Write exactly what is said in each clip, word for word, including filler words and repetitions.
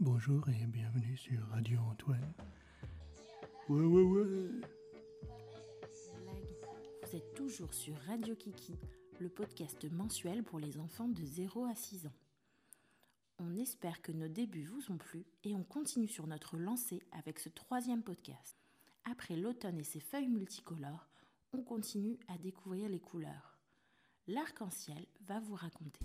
Bonjour et bienvenue sur Radio Antoine. Ouais, ouais, ouais. Blague. Vous êtes toujours sur Radio Kiki, le podcast mensuel pour les enfants de zéro à six ans. On espère que nos débuts vous ont plu et on continue sur notre lancée avec ce troisième podcast. Après l'automne et ses feuilles multicolores, on continue à découvrir les couleurs. L'arc-en-ciel va vous raconter.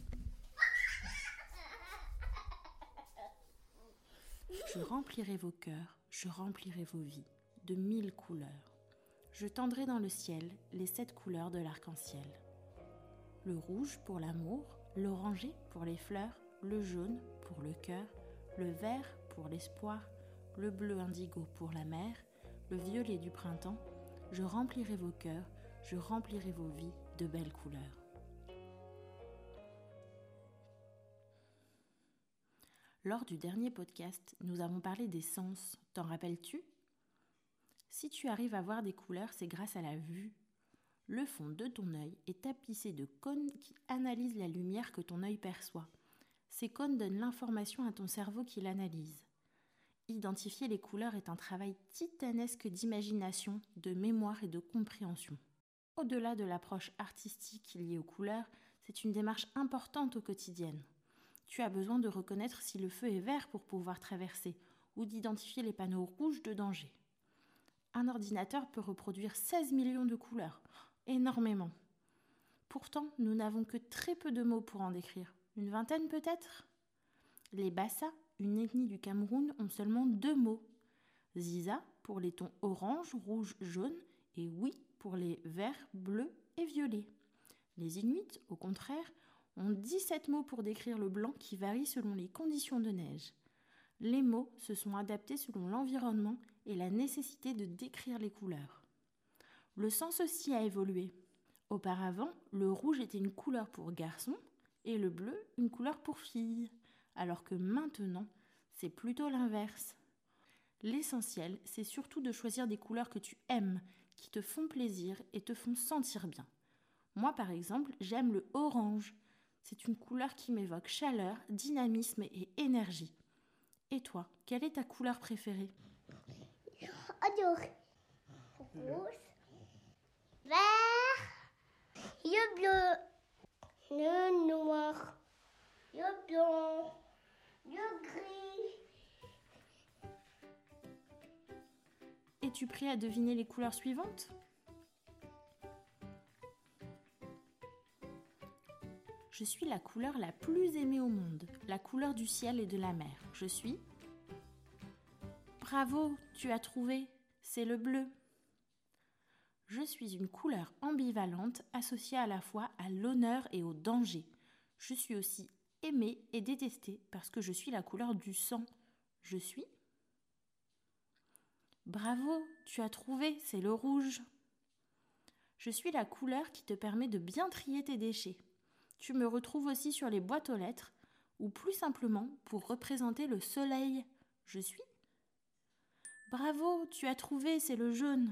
Je remplirai vos cœurs, je remplirai vos vies de mille couleurs. Je tendrai dans le ciel les sept couleurs de l'arc-en-ciel. Le rouge pour l'amour, l'orangé pour les fleurs, le jaune pour le cœur, le vert pour l'espoir, le bleu indigo pour la mer, le violet du printemps. Je remplirai vos cœurs, je remplirai vos vies de belles couleurs. Lors du dernier podcast, nous avons parlé des sens. T'en rappelles-tu ? Si tu arrives à voir des couleurs, c'est grâce à la vue. Le fond de ton œil est tapissé de cônes qui analysent la lumière que ton œil perçoit. Ces cônes donnent l'information à ton cerveau qui l'analyse. Identifier les couleurs est un travail titanesque d'imagination, de mémoire et de compréhension. Au-delà de l'approche artistique liée aux couleurs, c'est une démarche importante au quotidien. Tu as besoin de reconnaître si le feu est vert pour pouvoir traverser ou d'identifier les panneaux rouges de danger. Un ordinateur peut reproduire seize millions de couleurs, énormément. Pourtant, nous n'avons que très peu de mots pour en décrire, une vingtaine peut-être ? Les Bassa, une ethnie du Cameroun, ont seulement deux mots. Ziza pour les tons orange, rouge, jaune et oui pour les verts, bleus et violets. Les Inuits, au contraire, ont dix-sept mots pour décrire le blanc qui varie selon les conditions de neige. Les mots se sont adaptés selon l'environnement et la nécessité de décrire les couleurs. Le sens aussi a évolué. Auparavant, le rouge était une couleur pour garçon et le bleu une couleur pour fille, alors que maintenant, c'est plutôt l'inverse. L'essentiel, c'est surtout de choisir des couleurs que tu aimes, qui te font plaisir et te font sentir bien. Moi, par exemple, j'aime le orange. C'est une couleur qui m'évoque chaleur, dynamisme et énergie. Et toi, quelle est ta couleur préférée ? Adore. Rouge, vert, le bleu, le noir, le blanc, le gris. Es-tu prêt à deviner les couleurs suivantes ? Je suis la couleur la plus aimée au monde, la couleur du ciel et de la mer. Je suis... Bravo, tu as trouvé, c'est le bleu. Je suis une couleur ambivalente associée à la fois à l'honneur et au danger. Je suis aussi aimée et détestée parce que je suis la couleur du sang. Je suis... Bravo, tu as trouvé, c'est le rouge. Je suis la couleur qui te permet de bien trier tes déchets. Tu me retrouves aussi sur les boîtes aux lettres, ou plus simplement pour représenter le soleil. Je suis... Bravo, tu as trouvé, c'est le jaune.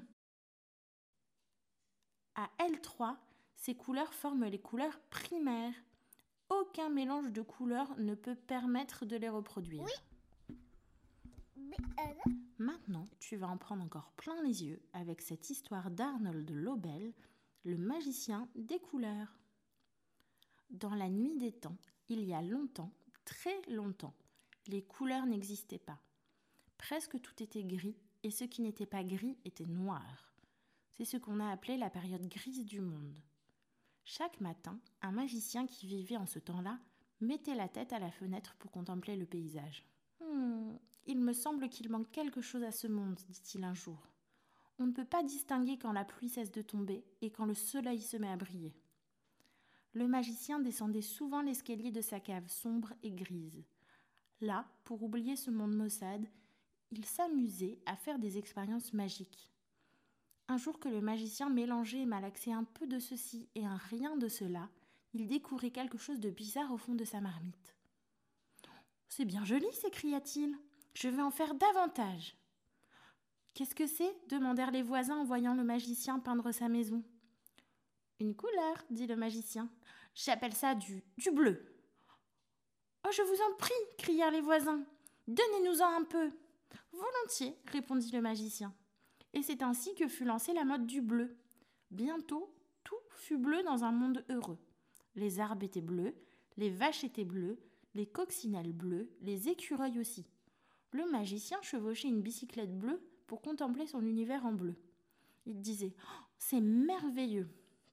À L trois, ces couleurs forment les couleurs primaires. Aucun mélange de couleurs ne peut permettre de les reproduire. Oui. Mais, euh... Maintenant, tu vas en prendre encore plein les yeux avec cette histoire d'Arnold Lobel, le magicien des couleurs. Dans la nuit des temps, il y a longtemps, très longtemps, les couleurs n'existaient pas. Presque tout était gris et ce qui n'était pas gris était noir. C'est ce qu'on a appelé la période grise du monde. Chaque matin, un magicien qui vivait en ce temps-là mettait la tête à la fenêtre pour contempler le paysage. Hmm, « Il me semble qu'il manque quelque chose à ce monde, dit-il un jour. On ne peut pas distinguer quand la pluie cesse de tomber et quand le soleil se met à briller. » Le magicien descendait souvent l'escalier de sa cave sombre et grise. Là, pour oublier ce monde maussade, il s'amusait à faire des expériences magiques. Un jour que le magicien mélangeait et malaxait un peu de ceci et un rien de cela, il découvrit quelque chose de bizarre au fond de sa marmite. « C'est bien joli, s'écria-t-il. Je vais en faire davantage. »« Qu'est-ce que c'est ?» demandèrent les voisins en voyant le magicien peindre sa maison. « Une couleur, dit le magicien. J'appelle ça du, du bleu. »« Oh, je vous en prie !» crièrent les voisins. Donnez-nous-en un peu. Volontiers, répondit le magicien. Et c'est ainsi que fut lancée la mode du bleu. Bientôt, tout fut bleu dans un monde heureux. Les arbres étaient bleus, les vaches étaient bleues, les coccinelles bleues, les écureuils aussi. Le magicien chevauchait une bicyclette bleue pour contempler son univers en bleu. Il disait oh, « C'est merveilleux !»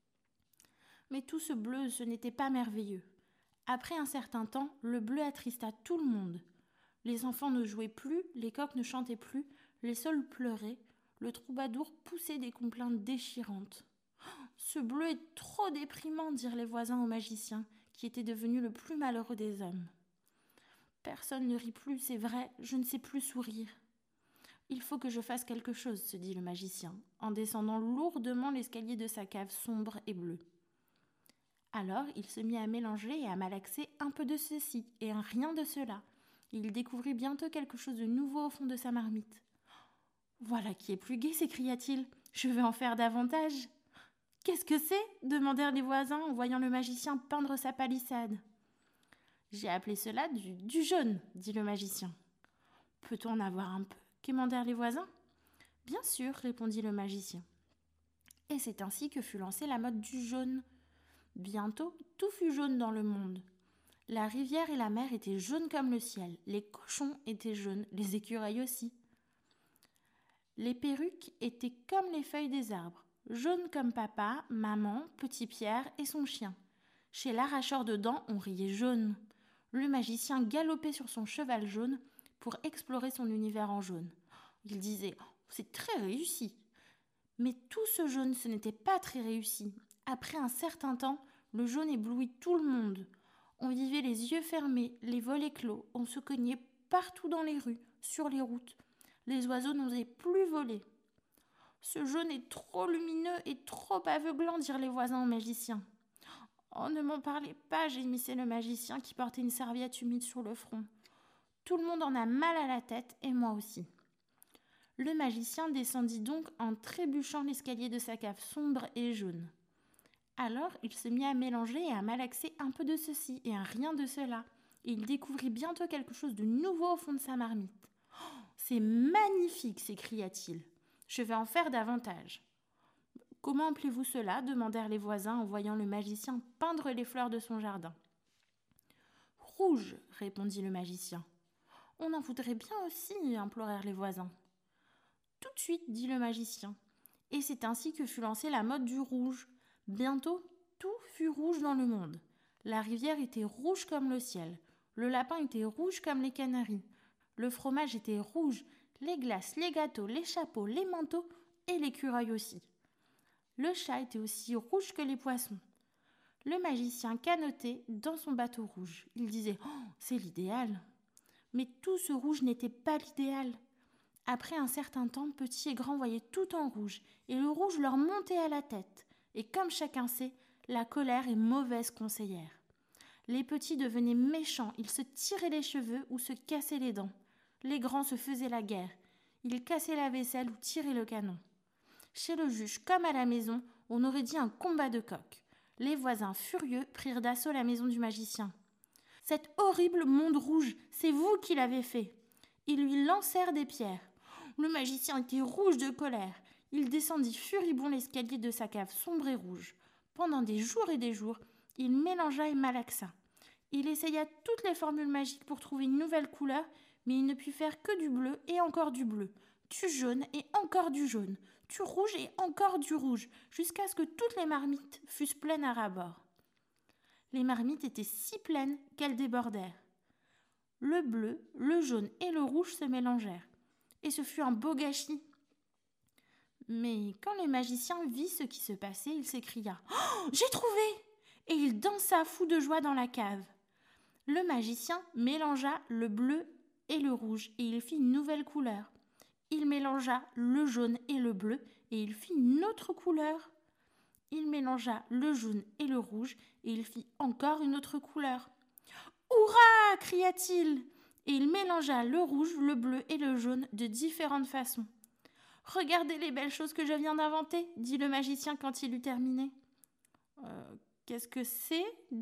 Mais tout ce bleu, ce n'était pas merveilleux. Après un certain temps, le bleu attrista tout le monde. Les enfants ne jouaient plus, les coqs ne chantaient plus, les saules pleuraient, le troubadour poussait des complaintes déchirantes. Oh, « Ce bleu est trop déprimant !» dirent les voisins au magicien, qui était devenu le plus malheureux des hommes. « Personne ne rit plus, c'est vrai, je ne sais plus sourire. »« Il faut que je fasse quelque chose, » se dit le magicien, en descendant lourdement l'escalier de sa cave sombre et bleue. Alors il se mit à mélanger et à malaxer un peu de ceci et un rien de cela. Il découvrit bientôt quelque chose de nouveau au fond de sa marmite. « Voilà qui est plus gai, s'écria-t-il. Je vais en faire davantage. »« Qu'est-ce que c'est ?» demandèrent les voisins en voyant le magicien peindre sa palissade. « J'ai appelé cela du, du jaune, » dit le magicien. « Peut-on en avoir un peu ?» quémandèrent les voisins. « Bien sûr, » répondit le magicien. Et c'est ainsi que fut lancée la mode du jaune. Bientôt, tout fut jaune dans le monde. La rivière et la mer étaient jaunes comme le ciel, les cochons étaient jaunes, les écureuils aussi. Les perruques étaient comme les feuilles des arbres, jaunes comme papa, maman, petit Pierre et son chien. Chez l'arracheur de dents, on riait jaune. Le magicien galopait sur son cheval jaune pour explorer son univers en jaune. Il disait oh, « c'est très réussi !» Mais tout ce jaune, ce n'était pas très réussi. Après un certain temps, le jaune éblouit tout le monde. On vivait les yeux fermés, les volets clos, on se cognait partout dans les rues, sur les routes. Les oiseaux n'osaient plus voler. « Ce jaune est trop lumineux et trop aveuglant, dirent les voisins au magicien. »« Oh, ne m'en parlez pas, » gémissait le magicien qui portait une serviette humide sur le front. « Tout le monde en a mal à la tête, et moi aussi. » Le magicien descendit donc en trébuchant l'escalier de sa cave sombre et jaune. Alors il se mit à mélanger et à malaxer un peu de ceci et un rien de cela. Et il découvrit bientôt quelque chose de nouveau au fond de sa marmite. Oh, « C'est magnifique !» s'écria-t-il. « Je vais en faire davantage. » « Comment appelez-vous cela ?» demandèrent les voisins en voyant le magicien peindre les fleurs de son jardin. « Rouge !» répondit le magicien. « On en voudrait bien aussi !» implorèrent les voisins. « Tout de suite !» dit le magicien. Et c'est ainsi que fut lancée la mode du rouge. Bientôt, tout fut rouge dans le monde. La rivière était rouge comme le ciel. Le lapin était rouge comme les canaris. Le fromage était rouge, les glaces, les gâteaux, les chapeaux, les manteaux et l'écureuil aussi. Le chat était aussi rouge que les poissons. Le magicien canotait dans son bateau rouge. Il disait « Oh, c'est l'idéal !» Mais tout ce rouge n'était pas l'idéal. Après un certain temps, petits et grands voyaient tout en rouge, et le rouge leur montait à la tête. Et comme chacun sait, la colère est mauvaise conseillère. Les petits devenaient méchants, ils se tiraient les cheveux ou se cassaient les dents. Les grands se faisaient la guerre. Ils cassaient la vaisselle ou tiraient le canon. Chez le juge, comme à la maison, on aurait dit un combat de coqs. Les voisins, furieux, prirent d'assaut la maison du magicien. « Cet horrible monde rouge, c'est vous qui l'avez fait !» Ils lui lancèrent des pierres. Le magicien était rouge de colère. Il descendit furibond l'escalier de sa cave sombre et rouge. Pendant des jours et des jours, il mélangea et malaxa. Il essaya toutes les formules magiques pour trouver une nouvelle couleur, mais il ne put faire que du bleu et encore du bleu, du jaune et encore du jaune, du rouge et encore du rouge, jusqu'à ce que toutes les marmites fussent pleines à ras-bord. Les marmites étaient si pleines qu'elles débordèrent. Le bleu, le jaune et le rouge se mélangèrent, et ce fut un beau gâchis. Mais quand le magicien vit ce qui se passait, il s'écria « Oh, j'ai trouvé !» Et il dansa fou de joie dans la cave. Le magicien mélangea le bleu et le rouge, et il fit une nouvelle couleur. Il mélangea le jaune et le bleu, et il fit une autre couleur. Il mélangea le jaune et le rouge, et il fit encore une autre couleur. « Hurrah !» cria-t-il, et il mélangea le rouge, le bleu et le jaune de différentes façons. « Regardez les belles choses que je viens d'inventer !» dit le magicien quand il eut terminé. Euh, « Qu'est-ce que c'est ?»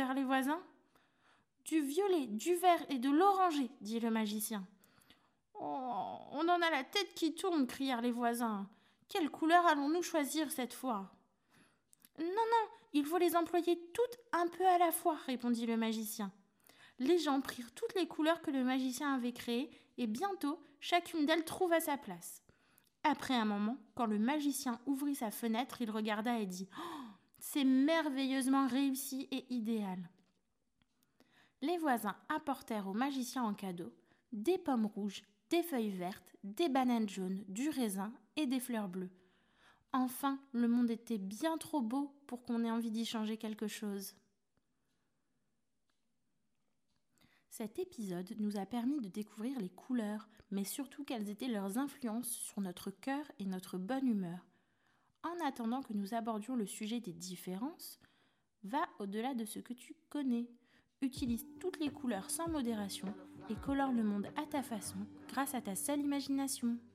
demandèrent les voisins. du violet, du vert et de l'oranger, dit le magicien. Oh, on en a la tête qui tourne, crièrent les voisins. Quelle couleur allons-nous choisir cette fois? Non, non, il faut les employer toutes un peu à la fois, répondit le magicien. Les gens prirent toutes les couleurs que le magicien avait créées et bientôt, chacune d'elles trouva sa place. Après un moment, quand le magicien ouvrit sa fenêtre, il regarda et dit « Oh, c'est merveilleusement réussi et idéal !» Les voisins apportèrent au magicien en cadeau des pommes rouges, des feuilles vertes, des bananes jaunes, du raisin et des fleurs bleues. Enfin, le monde était bien trop beau pour qu'on ait envie d'y changer quelque chose. Cet épisode nous a permis de découvrir les couleurs, mais surtout quelles étaient leurs influences sur notre cœur et notre bonne humeur. En attendant que nous abordions le sujet des différences, va au-delà de ce que tu connais. Utilise toutes les couleurs sans modération et colore le monde à ta façon grâce à ta seule imagination.